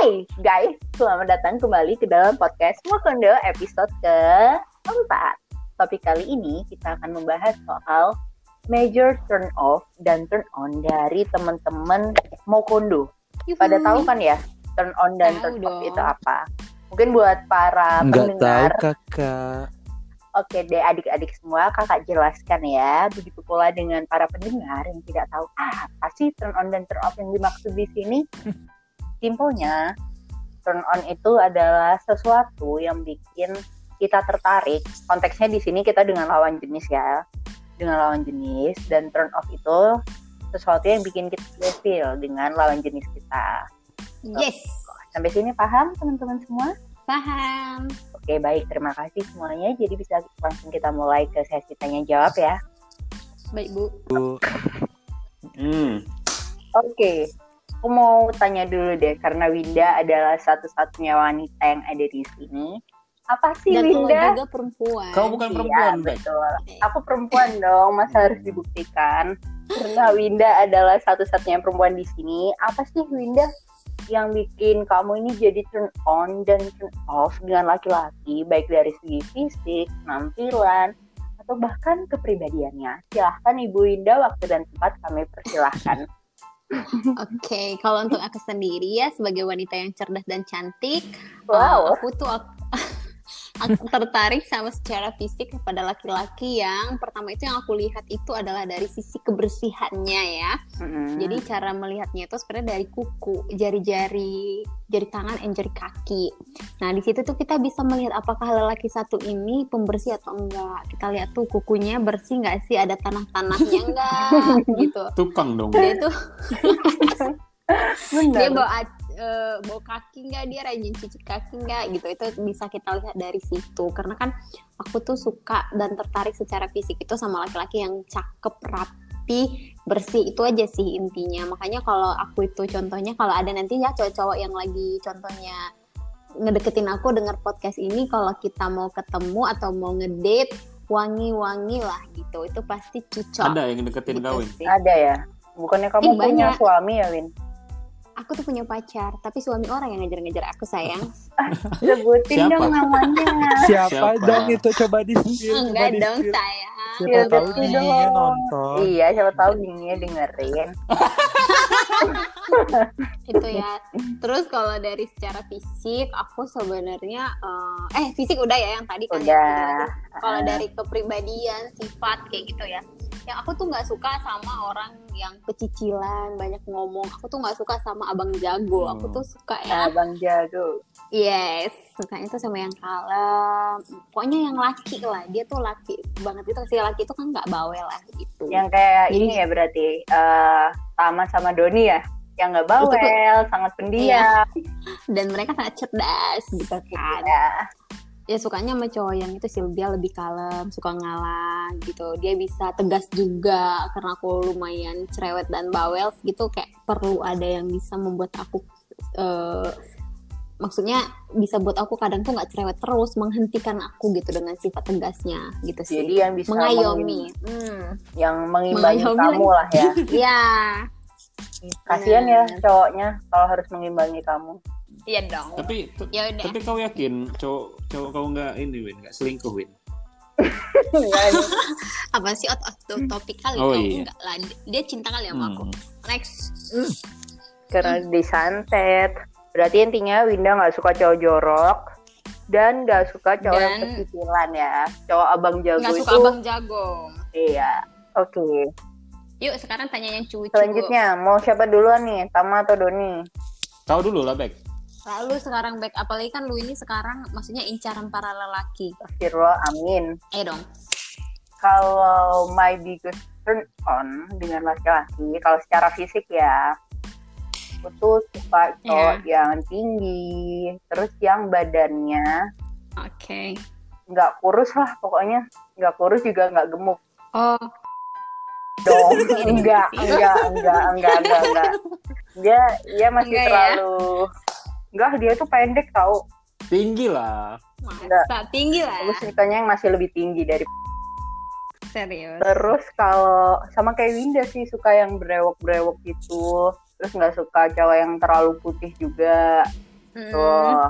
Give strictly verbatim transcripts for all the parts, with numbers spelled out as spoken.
Hai guys, selamat datang kembali ke dalam podcast Mokondo episode keempat. Topik kali ini kita akan membahas soal major turn off dan turn on dari teman-teman Mokondo. Pada tahu kan ya turn on dan Tahu turn off dong. itu apa? Mungkin buat para Nggak pendengar. tahu kakak. Oke deh adik-adik semua, kakak jelaskan ya. Begitu pula dengan para pendengar yang tidak tahu ah, apa sih turn on dan turn off yang dimaksud di sini. Simpelnya, turn on itu adalah sesuatu yang bikin kita tertarik. Konteksnya di sini kita dengan lawan jenis ya, dengan lawan jenis. Dan turn off itu sesuatu yang bikin kita ilfeel dengan lawan jenis kita. Yes, Sampai sini paham teman-teman semua? paham. Oke baik, terima kasih semuanya. Jadi bisa langsung kita mulai ke sesi tanya jawab ya. Baik Bu. Bu, Hmm. Oke, aku mau tanya dulu deh, karena Winda adalah satu-satunya wanita yang ada di sini. Apa sih Dan lo Winda? juga perempuan. Kau bukan Iya, perempuan, Bek. betul. Aku perempuan dong, masa harus dibuktikan. Karena Winda adalah satu-satunya perempuan di sini. Apa sih Winda yang bikin kamu ini jadi turn on dan turn off dengan laki-laki, baik dari segi fisik, penampilan, atau bahkan kepribadiannya? Silahkan Ibu Winda, waktu dan tempat kami persilahkan. Oke, kalau untuk aku sendiri ya sebagai wanita yang cerdas dan cantik, Wow. uh, aku tuh aku, aku tertarik sama secara fisik kepada laki-laki yang pertama itu yang aku lihat itu adalah dari sisi kebersihannya ya. Mm-mm. Jadi cara melihatnya itu sebenarnya dari kuku, jari-jari, jari tangan, dan jari kaki. Nah di situ tuh kita bisa melihat apakah lelaki satu ini pembersih atau enggak. Kita lihat tuh kukunya bersih nggak sih, ada tanah-tanahnya enggak gitu. Tukang dong. Dia tuh Benar. dia bawa eh, bawa kaki nggak, dia rajin cuci kaki nggak gitu. Itu bisa kita lihat dari situ. Karena kan aku tuh suka dan tertarik secara fisik itu sama laki-laki yang cakep, rapi, bersih. Itu aja sih intinya. Makanya kalau aku itu contohnya, kalau ada nanti ya cowok-cowok yang lagi contohnya ngedeketin aku dengar podcast ini, kalau kita mau ketemu atau mau ngedate, wangi-wangi lah gitu. Itu pasti cocok. Ada yang deketin Gitu kau, Win? sih. Ada ya? Bukannya kamu Ih, punya banyak. suami ya, Win? Aku tuh punya pacar, tapi suami orang yang ngejar-ngejar aku sayang. Sebutin Siapa? dong namanya. siapa, Siapa? dong itu? Coba di-spill, coba Enggak dong di-spill. sayang. Siapa Ya, tahu betul nih dong. nonton. Iya, siapa tahu gini dengerin. Itu ya. Terus kalau dari secara fisik, aku sebenarnya eh, eh fisik udah ya yang tadi kan. ya. Udah. Kalau dari kepribadian, sifat kayak gitu ya. Yang aku tuh nggak suka sama orang yang pecicilan, banyak ngomong. Aku tuh nggak suka sama abang jago. Aku tuh suka ya. Abang jago. Yes, sukanya tuh sama yang kalem. Pokoknya yang laki lah. Dia tuh laki banget itu. Si laki itu kan nggak bawel lah gitu. Yang kayak Jadi- ini ya berarti eh Tama sama Doni ya, yang nggak bawel, sangat pendiam. Dan mereka sangat cerdas gitu kan. Ya. Ya sukanya sama cowok yang itu sih, dia lebih kalem, suka ngalah gitu. Dia bisa tegas juga karena aku lumayan cerewet dan bawel gitu. Kayak perlu ada yang bisa membuat aku eh, maksudnya bisa buat aku kadang tuh nggak cerewet terus, menghentikan aku gitu dengan sifat tegasnya gitu sih. Jadi yang bisa mengayomi. mengim- Hmm. yang mengimbangi Mengayomi kamu lah ya. Iya. Kasian ya Benar. cowoknya kalau harus mengimbangi kamu. Iya dong. Tapi t- Ya udah. tapi kau yakin cowok cowok kau nggak ini, Win? Nggak selingkuh, Win? Nggak ada. Apa sih out of the topic kali? Oh, Oh, iya. enggak lah. Dia cinta kali sama aku. Hmm. Next. Karena disantet. Berarti intinya Winda nggak suka cowok jorok dan nggak suka cowok yang Dan- pecicilan ya. Cowok abang jago Nggak itu. suka abang jago. Iya. Oke. Yuk sekarang tanya yang cucu. Selanjutnya mau siapa duluan nih? Tama atau Doni? Kau dulu lah, Bek. Lalu sekarang back, apalagi kan lu ini sekarang maksudnya incaran para lelaki. Astagfirullah, amin. Eh dong. Kalau my biggest turn on dengan laki-laki, kalau secara fisik ya, aku tuh suka cowok yang tinggi, terus yang badannya Oke. nggak kurus lah pokoknya, nggak kurus juga nggak gemuk Oh, dong. enggak, enggak, enggak, enggak, enggak, enggak. Dia, dia masih Enggak ya? terlalu, enggak dia tuh pendek tau. Tinggi lah. masa tinggi lah. Aku sukanya yang masih lebih tinggi dari. Serius. Terus kalau sama kayak Winda sih, suka yang brewok-brewok gitu. Terus nggak suka cowok yang terlalu putih juga. Mm. Tuh,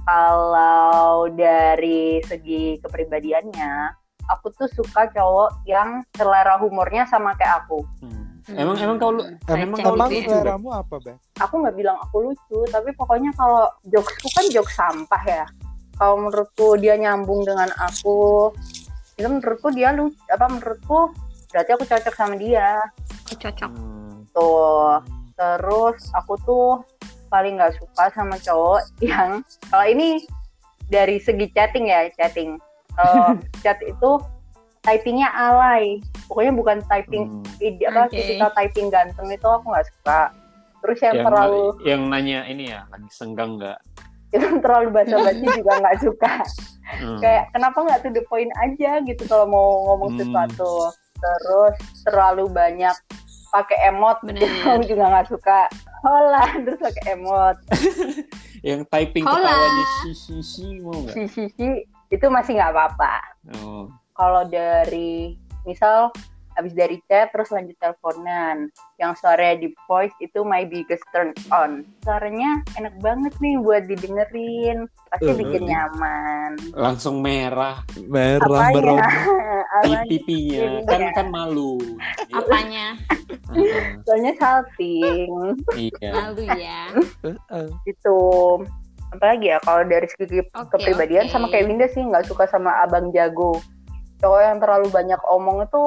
kalau dari segi kepribadiannya, aku tuh suka cowok yang selera humornya sama kayak aku. Hmm. Emang emang kau lu Kayak emang cewek kau Emang gitu lucu, ya. Beb? seleramu apa, Beb? Aku nggak bilang aku lucu, tapi pokoknya kalau jokesku kan jokes sampah ya. Kalau menurutku dia nyambung dengan aku, itu menurutku dia lucu. Apa menurutku berarti aku cocok sama dia. Oh, cocok. Hmm. Tuh, terus aku tuh paling nggak suka sama cowok yang kalau ini dari segi chatting ya, chatting. Kalau chat itu typingnya alay, pokoknya bukan typing Hmm. ide- apa Oke. physical typing ganteng itu aku nggak suka. Terus yang, Yang terlalu yang nanya ini ya, lagi senggang nggak? itu terlalu basa-basi juga nggak suka. Hmm. Kayak kenapa nggak to the point aja gitu kalau mau ngomong Hmm. sesuatu. Terus terlalu banyak pakai emot, Bener. itu aku juga nggak suka. Hola, terus pakai emot, Yang typing Hola. ketawanya si si si mau nggak? si si si itu masih nggak apa-apa. Oh. Kalau dari misal habis dari chat terus lanjut teleponan, yang suaranya di voice itu my biggest turn on. Suaranya enak banget nih buat didengerin, pasti Uh. bikin nyaman. Langsung merah Merah Apanya? merah. Apanya? pipinya, Pipinya. kan kan malu. Apanya? Heeh. Soalnya salting Iya. Malu ya. Heeh. itu. Apalagi ya kalau dari segi Oke, kepribadian oke. sama kayak Winda sih nggak suka sama abang jago. Cowok yang terlalu banyak omong itu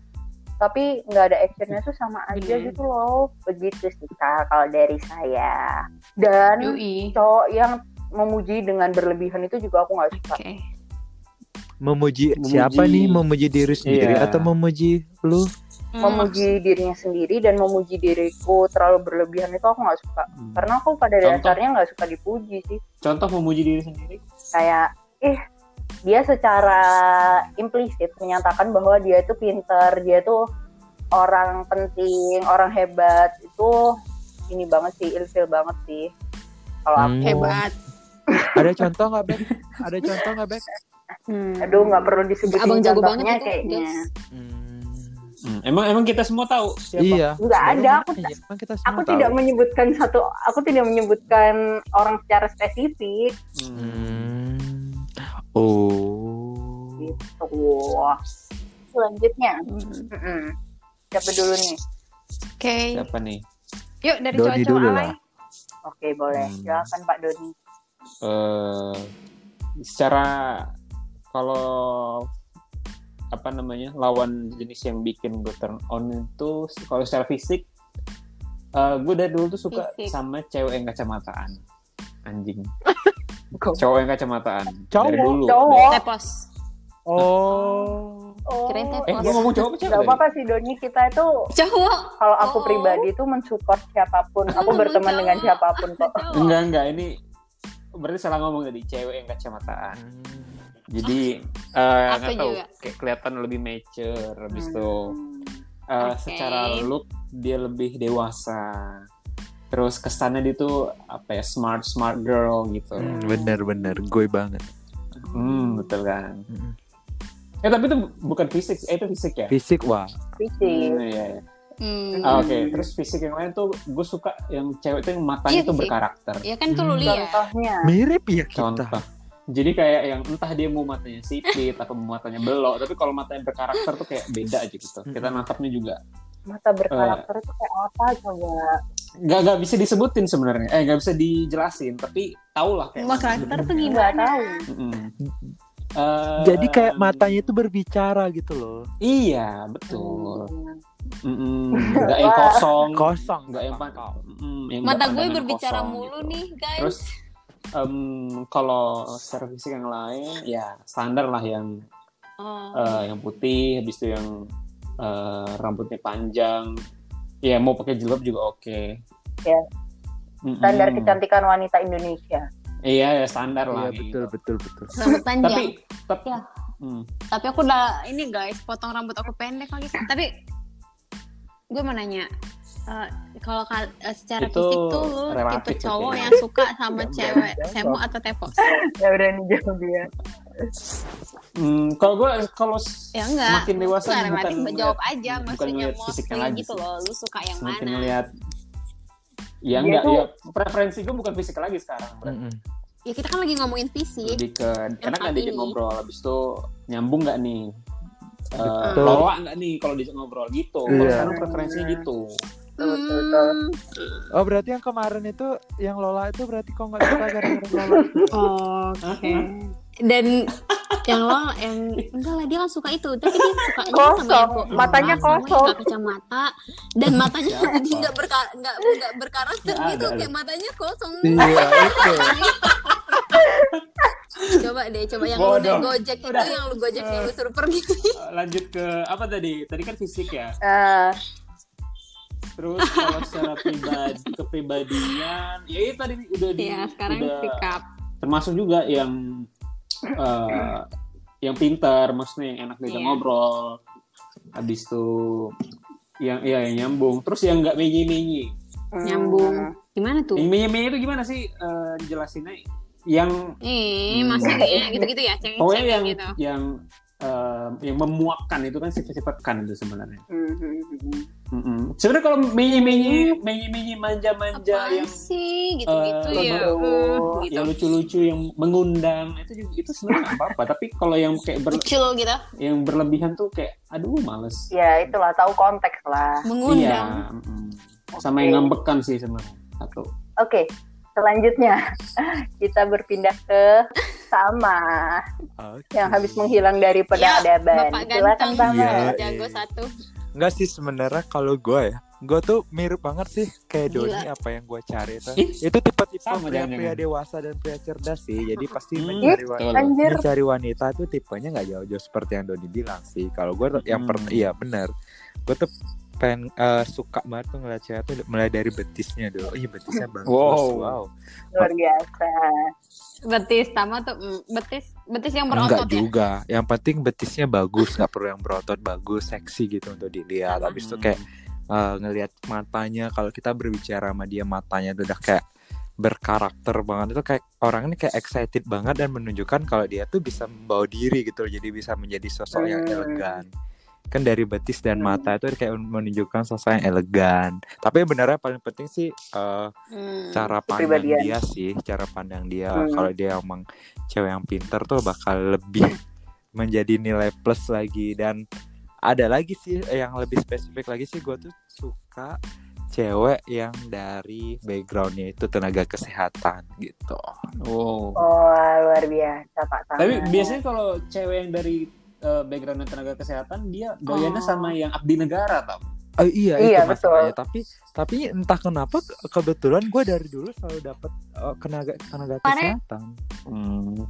tapi nggak ada actionnya tuh sama aja Bener. gitu loh. Begitu sih Kak, kalau dari saya. Dan Yui. cowok yang memuji dengan berlebihan itu juga aku nggak suka. Oke. Memuji, Memuji. siapa nih? Memuji diri sendiri Iya. atau memuji lu? Hmm. Memuji dirinya sendiri dan memuji diriku terlalu berlebihan itu aku nggak suka. Hmm. Karena aku pada Contoh? dasarnya nggak suka dipuji sih. Contoh memuji diri sendiri. Kayak eh dia secara implisit menyatakan bahwa dia itu pinter, dia itu orang penting, orang hebat. Itu ini banget sih, ilfil banget sih. Kalau aku, Hmm. Hebat. Ada contoh nggak, Beb? Ada contoh nggak, Beb? Hmm. aduh nggak perlu disebutin Abang jago contohnya banget itu, kayaknya. guys. Hmm. Hmm. Emang emang kita semua tahu siapa? Iya. Nggak ada, aku- Iya, emang kita semua Aku tahu. tidak menyebutkan satu, aku tidak menyebutkan orang secara spesifik. Hmm. Hmm. Oh. Gitu. Selanjutnya, Hmm. mm-mm. siapa dulu nih? Oke. Siapa nih? Yuk dari Doni cowok-cowok dulu alay. lah. Oke boleh, Hmm. silakan Pak Doni. Eh, secara kalau apa namanya lawan jenis yang bikin gue turn on itu kalau secara fisik, eh, gue dari dulu tuh suka Fisik. sama cewek yang kacamataan, anjing. Cowok yang kacamataan Cowok, dari dulu. cowok. Tepos. Oh. Oh, Kirain Eh, tepos. gue ngomong cowok apa cewek? Gak apa-apa sih Doni, kita itu Cowok. kalau aku Oh. pribadi itu mensupport siapapun, aku ngomong berteman dengan cowok. siapapun kok. Cowok. Enggak enggak ini berarti salah ngomong tadi, cewek yang kacamataan. Jadi eh Aku nggak tahu juga. kayak kelihatan lebih mature habis Hmm. itu. Eh, Oke. Secara look dia lebih dewasa, terus kesannya dia tuh apa ya, smart smart girl gitu. Hmm, bener-bener gue banget. Hmm, betul kan. Hmm. Eh tapi itu bukan fisik, eh itu fisik ya. Fisik wah. Fisik. Hmm, iya, iya. Hmm. Ah, Oke, terus fisik yang lain tuh gue suka yang cewek tuh yang matanya Iya, tuh fisik. berkarakter. Ya kan tuh lu Hmm. lihat. Contohnya, Mirip ya kita. Contoh. Jadi kayak yang entah dia mau matanya sipit atau mau matanya belok, tapi kalau matanya berkarakter tuh kayak beda aja gitu. Kita Hmm. nangkapnya juga mata berkarakter itu kayak apa coba? nggak nggak bisa disebutin sebenarnya, eh nggak bisa dijelasin, tapi tau lah kayak Wah, karakter tuh Nggak gimana? tahu. Mm-mm. Eh, Jadi kayak matanya itu berbicara gitu loh. Iya betul. Hmm. Mm-mm. Nggak yang kosong, Kosong. nggak yang pan- Mm-mm, yang Mata nggak gue pandangan berbicara kosong mulu gitu. nih, guys. Terus em, kalau secara fisik yang lain ya standar lah, yang Oh. eh, yang putih, habis itu yang eh, rambutnya panjang, ya mau pakai jilbab juga oke. Ya. Mm-mm. Standar kecantikan wanita Indonesia. Iya ya standar lah. Iya betul gitu. betul betul. Rambut panjang. Tapi tapi Ya. hmm. Tapi aku udah ini guys, potong rambut aku pendek lagi. Tapi gue mau nanya, eh, kalau kal- eh, secara Itu fisik tuh lu relatif tipe tuh cowok kayaknya. yang suka sama Nggak cewek berani semo jawab. atau tepos? Ya berani jawab dia. Hmm, kalau gue kalau s- Ya enggak. semakin dewasa Nggak bukan relatif, ngeliat- jawab aja. bukan Maksudnya ngeliat mau fisiknya kayak lagi gitu sih. loh. Lu suka yang Semakin mana? ngeliat Ya Dia enggak, tuh- ya preferensi gue bukan fisik lagi sekarang. berarti. Mm-mm. Ya kita kan lagi ngomongin fisik. Lebih ke enak nggak saat diajak ini. ngobrol, habis itu nyambung nggak nih, uh, Betul. lola nggak nih kalau diajak ngobrol gitu. Kalau Iya. sekarang preferensinya gitu. Betul, betul, betul. Hmm. Oh berarti yang kemarin itu yang Lola itu berarti kok nggak suka gara-gara Lola? Oke. Dan yang lo yang enggak lah dia kan suka itu, tapi dia sukanya sama Kosong, yang kok matanya sama yang kosong. nggak kacamata dan matanya Siapa? jadi nggak berka nggak nggak berkarakter Nggak gitu, ada, kayak matanya kosong. Iya itu. Coba deh, coba yang lu Bodoh. naik Gojek itu, Udah. yang lu Gojek yang lu suruh pergi. Uh, lanjut ke apa tadi? Tadi kan fisik ya. Eh, Terus kalau secara pribadi, kepribadian, ya itu tadi udah di, Iya, sekarang udah sikap. termasuk juga yang uh, yang pintar, maksudnya yang enak diajak Iya. ngobrol. Habis itu yang ya yang nyambung. Terus yang nggak menyi-menyi. Nyambung. Gimana tuh? Yang menyi-menyi itu gimana sih? Uh, jelasinnya. Yang Eh, Hmm. maksudnya gitu-gitu ya, pokoknya cengeng-cengeng yang gitu. yang uh, yang memuakkan itu kan sifat-sifat kan itu sebenarnya. hmm, hmm, hmm. Mm-mm. Sebenarnya kalau menyi-menyi, menyi-menyi manja-manja Apa yang sih gitu-gitu eh, ya? betul. Hmm, gitu. yang lucu-lucu, yang mengundang itu juga itu sebenarnya nggak apa-apa. Tapi kalau yang kayak ber, Kecil gitu, yang berlebihan tuh kayak aduh males. Ya itulah, tahu konteks lah. mengundang. Iya. mm-mm. Sama Oke. yang ngambekan sih sebenarnya satu. Oke, selanjutnya kita berpindah ke Sama Oke. yang habis menghilang dari Ya, peradaban. Bapak Silakan ganteng, Sama. Iya. jago satu. Enggak sih sebenarnya kalau gue ya, gue tuh mirip banget sih kayak Gila. Doni apa yang gue cari itu. Ih, Itu tipe-tipe sama pria-pria jangan-jangan. dewasa dan pria cerdas sih. Jadi pasti Hmm, mencari wa- betul. Anjir. mencari wanita tuh tipenya nggak jauh-jauh seperti yang Doni bilang sih. Kalau gue tuh yang per- Hmm. iya benar. Gue tuh pengen eh, suka banget tuh ngeliat cewek tuh mulai dari betisnya dulu. Iya betisnya bagus. Wow. Wow. Luar biasa. Betis sama tuh mm, betis betis yang Enggak berotot ya. juga. Yang penting betisnya bagus, nggak perlu yang berotot, bagus, seksi gitu untuk dilihat. Habis itu kayak eh, ngelihat matanya. Kalau kita berbicara sama dia, matanya tuh udah kayak berkarakter banget. Itu kayak orang ini kayak excited banget dan menunjukkan kalau dia tuh bisa membawa diri gitu loh. Jadi bisa menjadi sosok yang Hmm. elegan. Kan dari betis dan Hmm. mata itu kayak menunjukkan sosok yang elegan. Tapi benernya paling penting sih eh, Hmm. cara pandang Kepribadian. dia sih, cara pandang dia. Hmm. Kalau dia emang cewek yang pinter tuh bakal lebih menjadi nilai plus lagi. Dan ada lagi sih yang lebih spesifik lagi sih, gue tuh suka cewek yang dari backgroundnya itu tenaga kesehatan gitu. Wow. Oh, luar biasa Pak Sama. Tapi biasanya kalau cewek yang dari uh, background tenaga kesehatan dia doyannya Oh. sama yang abdi negara tau. Oh iya, Iya, itu betul. masalahnya. Tapi tapi entah kenapa ke- kebetulan gue dari dulu selalu dapet uh, tenaga tenaga Pare- kesehatan. Hmm.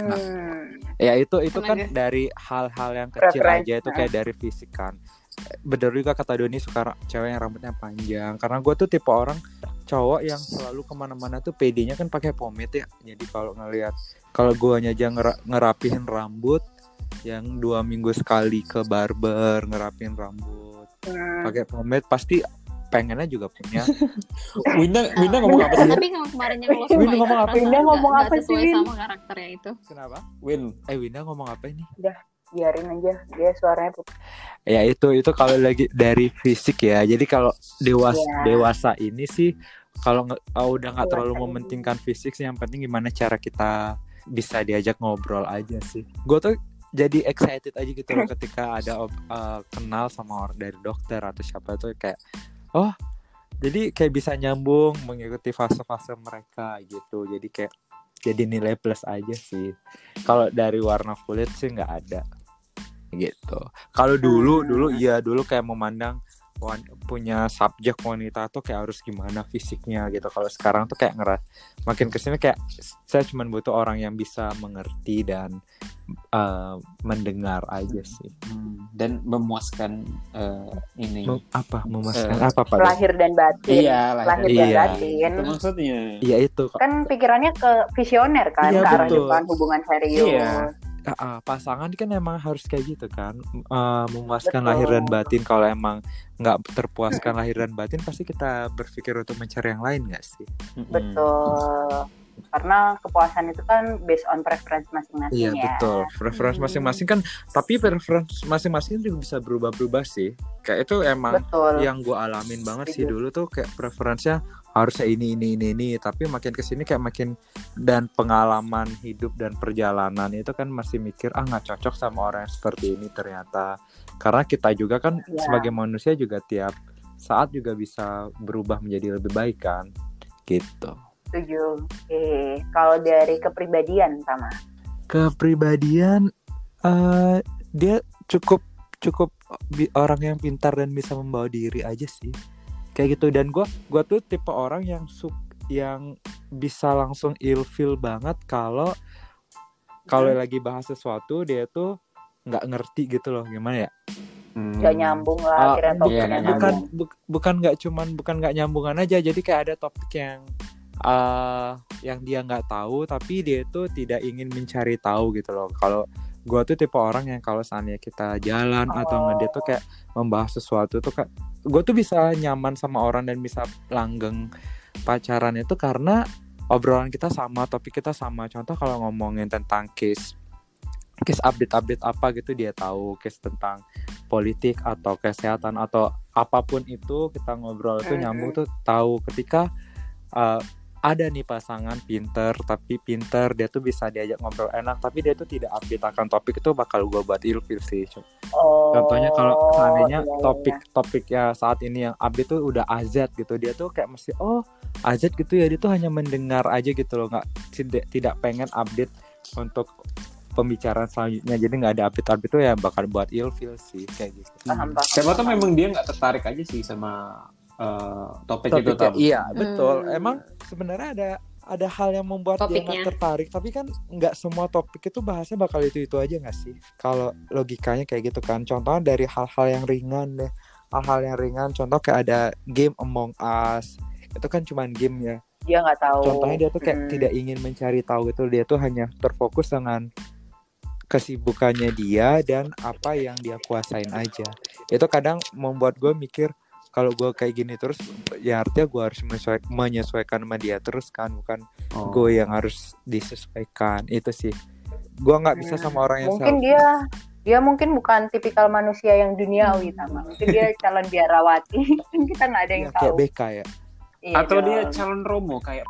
Hmm. Ya itu itu kan Tenaga. dari hal-hal yang kecil Preferensi, aja itu kayak dari fisik kan. Bener juga kata Doni suka ra- cewek yang rambutnya panjang. Karena gue tuh tipe orang cowok yang selalu kemana-mana tuh pedenya kan pakai pomade ya. Jadi kalau ngelihat kalau guanya aja ngera- ngerapihin rambut yang dua minggu sekali ke barber ngerapihin rambut Hmm. pakai pomade pasti pengennya juga punya. Winda Winda ngomong apa sih? Tapi kalau kemarin yang lo suka Winda itu ngomong apa? perasaan Winda nggak- ngomong nggak apa sih, sesuai Win? sama karakternya itu. Kenapa? Win. Eh Winda ngomong apa ini? Biarin aja, dia suaranya putih. Ya itu itu kalau lagi dari fisik ya. Jadi kalau dewas Iya. dewasa ini sih kalau nge- oh, udah nggak terlalu Dewasa ini. mementingkan fisik sih, yang penting gimana cara kita bisa diajak ngobrol aja sih. Gue tuh jadi excited aja gitu loh ketika ada ob- uh, kenal sama orang dari dokter atau siapa tuh kayak oh jadi kayak bisa nyambung mengikuti fase-fase mereka gitu. Jadi kayak jadi nilai plus aja sih. Kalau dari warna kulit sih nggak ada gitu. Kalau dulu Hmm. dulu iya dulu kayak memandang wan- punya subjek wanita tuh kayak harus gimana fisiknya gitu. Kalau sekarang tuh kayak ngeras makin kesini kayak saya cuma butuh orang yang bisa mengerti dan uh, mendengar aja sih. Hmm. Dan memuaskan uh, ini. Mem- apa memuaskan Eh, apa Pak? Lahir dan batin. Iya, lahir dan dan Iya. batin. Itu maksudnya. Iya itu kok. Kan pikirannya ke visioner kan, Iya, ke arah betul. depan hubungan serius. Iya. Uh, uh, pasangan kan emang harus kayak gitu kan, uh, memuaskan Betul. lahir dan batin. Kalau emang nggak terpuaskan lahir dan batin pasti kita berpikir untuk mencari yang lain nggak sih? Mm-mm. Betul. Karena kepuasan itu kan based on preference masing-masing Iya ya. betul, preferensi Hmm. masing-masing kan, tapi preferensi masing-masing juga bisa berubah-berubah sih. Kayak itu emang Betul. yang gue alamin banget sih Setuju. dulu tuh kayak preferensinya harusnya ini ini ini ini, tapi makin kesini kayak makin, dan pengalaman hidup dan perjalanan itu kan masih mikir ah nggak cocok sama orang yang seperti ini ternyata, karena kita juga kan Ya. sebagai manusia juga tiap saat juga bisa berubah menjadi lebih baik kan gitu. Setuju. Oke, kalau dari kepribadian sama. Kepribadian eh dia cukup cukup bi- orang yang pintar dan bisa membawa diri aja sih kayak gitu. Dan gue gue tuh tipe orang yang suk yang bisa langsung ilfeel banget kalau kalau Hmm. lagi bahas sesuatu dia tuh nggak ngerti gitu loh, gimana ya. Hmm. Gak nyambung lah, Ah, akhirnya iya, topiknya nggak nyambung. bukan bu- bukan nggak cuman bukan nggak nyambungan aja, jadi kayak ada topik yang eh yang dia nggak tahu tapi dia tuh tidak ingin mencari tahu gitu loh. Kalau gue tuh tipe orang yang kalau seandainya kita jalan atau ngedate tuh kayak membahas sesuatu tuh kayak gue tuh bisa nyaman sama orang dan bisa langgeng pacaran itu karena obrolan kita sama, topik kita sama. Contoh kalau ngomongin tentang case case update-update apa gitu dia tahu, case tentang politik atau kesehatan atau apapun itu kita ngobrol itu Mm-mm. nyambung tuh tahu. Ketika uh, ada nih pasangan pinter tapi pinter dia tuh bisa diajak ngobrol enak tapi dia tuh tidak update akan topik, itu bakal gue buat ilfil sih. Oh, Contohnya kalau seandainya iya, iya, topik-topik ya saat ini yang update tuh udah A Z gitu, dia tuh kayak mesti oh A Z gitu ya, dia tuh hanya mendengar aja gitu loh, nggak tidak tidak pengen update untuk pembicaraan selanjutnya, jadi nggak ada update-update tuh ya bakal buat ilfil sih kayak gitu. paham, paham, Siapa tuh paham. memang dia nggak tertarik aja sih sama uh, topik itu Topiknya, tadi. iya betul. Hmm. Emang sebenarnya ada ada hal yang membuat dia Topiknya. nggak tertarik, tapi kan nggak semua topik itu bahasnya bakal itu itu aja nggak sih? Kalau logikanya kayak gitu kan. Contohnya dari hal-hal yang ringan deh, hal-hal yang ringan. Contoh kayak ada game Among Us, itu kan cuman game ya. Dia nggak tahu. Contohnya dia tuh kayak Hmm. tidak ingin mencari tahu itu, dia tuh hanya terfokus dengan kesibukannya dia dan apa yang dia kuasain aja. Itu kadang membuat gue mikir kalau gue kayak gini terus ya artinya gue harus menyesuai- menyesuaikan sama dia terus kan, bukan Oh. gue yang harus disesuaikan. Itu sih gue nggak bisa sama orang yang Mungkin selfish. dia dia mungkin bukan tipikal manusia yang duniawi sama. Mungkin dia calon biarawati. Kan kita nggak ada yang Ya, kayak tahu. B K ya. Iya Atau dong. dia calon Romo kayak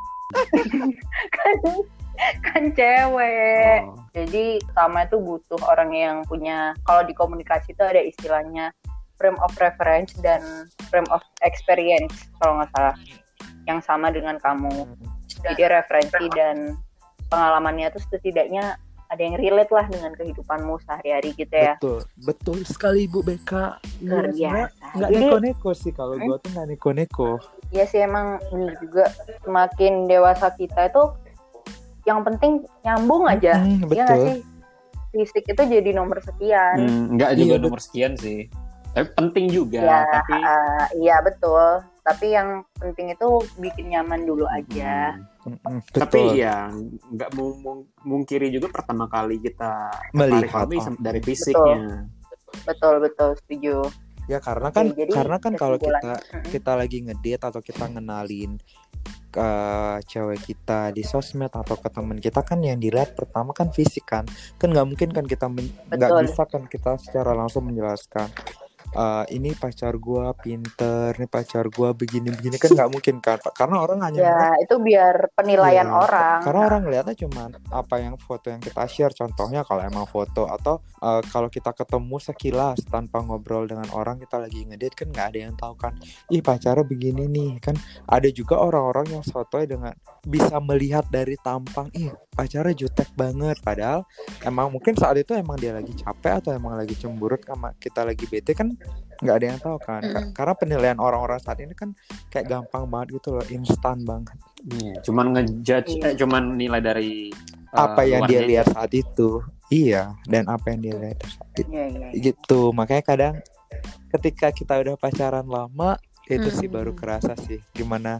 kan kan cewek. oh. Jadi sama itu butuh orang yang punya, kalau di komunikasi itu ada istilahnya frame of reference dan frame of experience kalau nggak salah, yang sama dengan kamu. Jadi referensi dan pengalamannya itu setidaknya ada yang relate lah dengan kehidupanmu sehari-hari gitu ya. Betul, betul sekali Bu B K. Luar Iya, sebenarnya biasa. nggak Jadi neko-neko sih kalau gue tuh nggak neko-neko. ya sih emang bener juga, semakin dewasa kita itu yang penting nyambung aja. Mm, Iya nggak betul. sih? Fisik itu jadi nomor sekian. Hmm, nggak juga Iya, nomor sekian sih. Tapi penting juga. Ya, Tapi uh, iya betul. Tapi yang penting itu bikin nyaman dulu aja. Hmm. Mm-mm, Tapi betul. ya nggak mung- mung- mungkiri juga pertama kali kita Melihat tertarik lebih orang. dari fisiknya. Betul betul setuju. Ya karena kan Oke, jadi karena kan kalau kita kesimpulan. kita lagi ngedate atau kita ngenalin ke cewek kita di sosmed atau ke teman kita kan yang dilihat pertama kan fisik kan. Kan nggak mungkin kan kita men- nggak Betul. bisa kan kita secara langsung menjelaskan "Eh, ini pacar gua pinter, ini pacar gua begini-begini", kan nggak mungkin kan Pak. Karena orang hanya Ya itu biar penilaian Iya, orang. karena orang lihatnya cuma apa yang foto yang kita share. Contohnya kalau emang foto atau uh, kalau kita ketemu sekilas tanpa ngobrol dengan orang, kita lagi ngedate kan nggak ada yang tahu kan, ih pacarnya begini nih kan. Ada juga orang-orang yang sotoy dengan bisa melihat dari tampang, ih pacarnya jutek banget, padahal emang mungkin saat itu emang dia lagi capek atau emang lagi cemburut sama kita lagi bete, kan nggak ada yang tahu kan. Ka- Mm-mm. karena penilaian orang-orang saat ini kan kayak gampang banget gitu loh, instan banget. Iya, cuman ngejudge, Iya. eh, cuman nilai dari eh, Apa yang dia luarnya lihat aja. saat itu, iya, dan apa yang dia lihat saat itu Iya iya. gitu. Makanya kadang ketika kita udah pacaran lama itu sih Hmm. baru kerasa sih gimana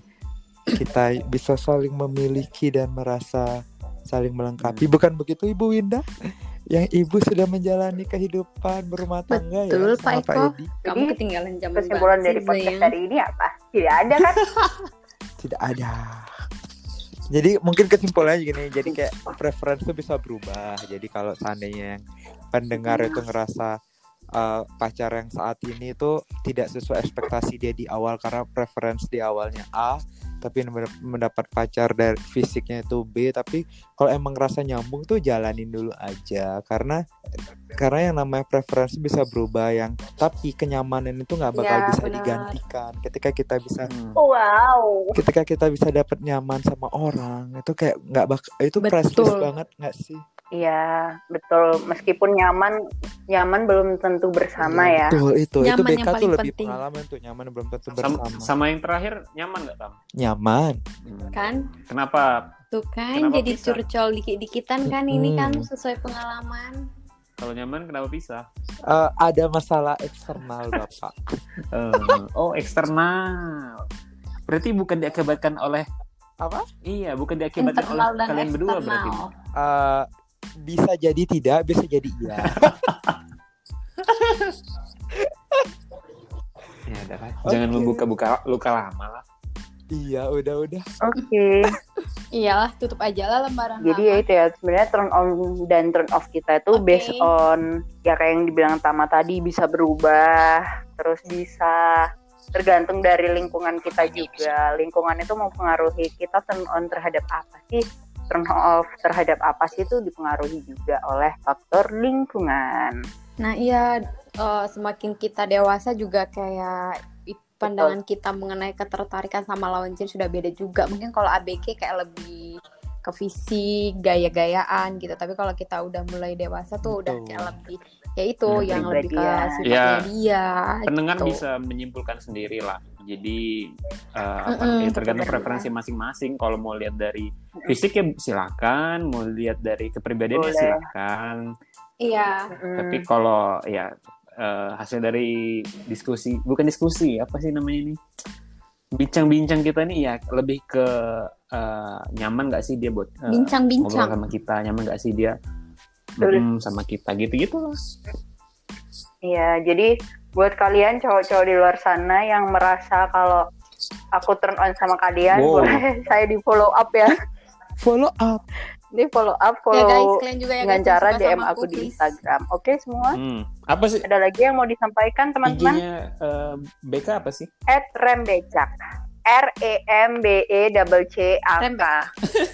kita bisa saling memiliki dan merasa saling melengkapi. Bukan begitu Ibu Winda? Yang Ibu sudah menjalani kehidupan berumah tangga Betul, ya sama Pak Pak Eko. Edi. Kamu Jadi, ketinggalan zaman Kesimpulan banget dari sih, podcast sayang. hari ini apa? Tidak ada kan? Tidak ada. Jadi mungkin kesimpulannya gini, jadi kayak preferensi bisa berubah. Jadi kalau seandainya yang pendengar itu ngerasa uh, pacar yang saat ini tuh tidak sesuai ekspektasi dia di awal karena preferensi di awalnya A, tapi mendapat pacar dari fisiknya itu B, tapi kalau emang rasa nyambung tuh jalanin dulu aja, karena karena yang namanya preferensi bisa berubah, yang tapi kenyamanan itu nggak bakal Ya, bisa benar. digantikan. Ketika kita bisa Hmm. Wow. ketika kita bisa dapat nyaman sama orang, itu kayak nggak bak itu Betul. priceless banget nggak sih? Iya, betul. Meskipun nyaman, nyaman belum tentu bersama ya. Betul, itu itu Nyaman B yang K tuh paling lebih penting. pengalaman tuh, nyaman belum tentu Sama, bersama. sama yang terakhir nyaman nggak Tam? Nyaman. Hmm. Kan? Kenapa? Tuh kan Kenapa jadi pisah? curcol dikit-dikitan kan ini kan Hmm. sesuai pengalaman. Kalau nyaman kenapa pisah? Eh, ada masalah eksternal Bapak. Eh, oh eksternal. Berarti bukan diakibatkan oleh Apa? Iya, bukan diakibatkan Internal oleh dan kalian berdua berarti. eksternal. Eh, bisa jadi tidak, bisa jadi iya. Ya udah lah. Jangan Oke. membuka-buka luka lama lah. Iya, udah-udah. Oke. Iyalah, tutup aja lah lembaran Jadi ya lama. itu ya, sebenarnya turn on dan turn off kita itu Oke. based on ya kayak yang dibilang Tama tadi, bisa berubah, terus bisa tergantung dari lingkungan kita juga. Lingkungan itu mempengaruhi kita turn on terhadap apa sih, turn off terhadap apa sih, itu dipengaruhi juga oleh faktor lingkungan. Nah iya, eh, semakin kita dewasa juga kayak i- pandangan kita mengenai ketertarikan sama lawan jenis sudah beda juga. Mungkin kalau A B G kayak lebih ke fisik, gaya-gayaan gitu. Tapi kalau kita udah mulai dewasa tuh udah Betul. kayak lebih, ya itu Hmm, yang lebih ke kepribadian. sifatnya Ya, dia. Pendengar gitu. bisa menyimpulkan sendiri lah. Jadi eh, apa Mm-mm, ya, tergantung betul. preferensi masing-masing. Kalau mau lihat dari fisik ya silakan, mau lihat dari kepribadian ya Boleh. silakan. Iya. Mm. Tapi kalau ya eh, hasil dari diskusi, bukan diskusi, apa sih namanya ini? Bincang-bincang kita nih ya lebih ke eh, nyaman nggak sih dia buat eh, Bincang-bincang. ngobrol sama kita, nyaman nggak sih dia Betul. mm, sama kita gitu-gitu lah. Iya, jadi buat kalian cowok-cowok di luar sana yang merasa kalau aku turn on sama kalian, Wow. boleh saya di follow up ya. Follow up. Di follow up, Ya guys, follow kalian juga ya dengan guys yang cara suka D M sama aku di please. Instagram. Oke semua? Hmm. Apa sih Ada lagi yang mau disampaikan teman-teman? I G-nya eh, B K apa sih? At Rembecak. R E M B E C C A K. Rembek.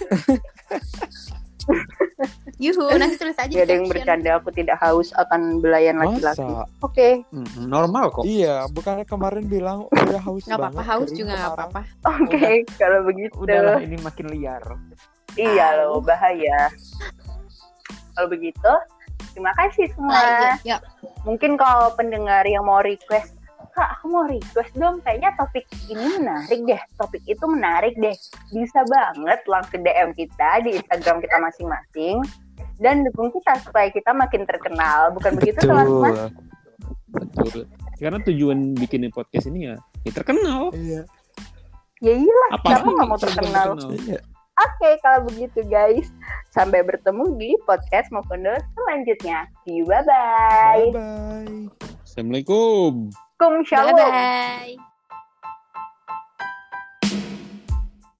Yuhu, nanti tulis aja di Gak ada yang caption. bercanda, aku tidak haus akan belayan laki-laki. Masa? Oke, Mm, normal kok. Iya, bukannya kemarin bilang udah haus Nggak banget. apa-apa, haus kering juga nggak sekarang. apa-apa. oke kalau begitu. Udahlah ini makin liar. Iya Au. loh, bahaya. Kalau begitu, terima kasih semua. Nah, iya, yuk. Mungkin kalau pendengar yang mau request, Kak, aku mau request dong, kayaknya topik ini menarik deh, topik itu menarik deh. Bisa banget langsung D M kita di Instagram kita masing-masing dan dukung kita supaya kita makin terkenal. Bukan begitu teman-teman? Betul. Karena tujuan bikin podcast ini ya, ya terkenal. Iya. Ya iyalah, Apa siapa nggak mau terkenal? Iya. Oke, kalau begitu guys, sampai bertemu di podcast Mokondo selanjutnya. See you, bye-bye. Bye bye. Assalamualaikum. Kum shalom. Bye-bye.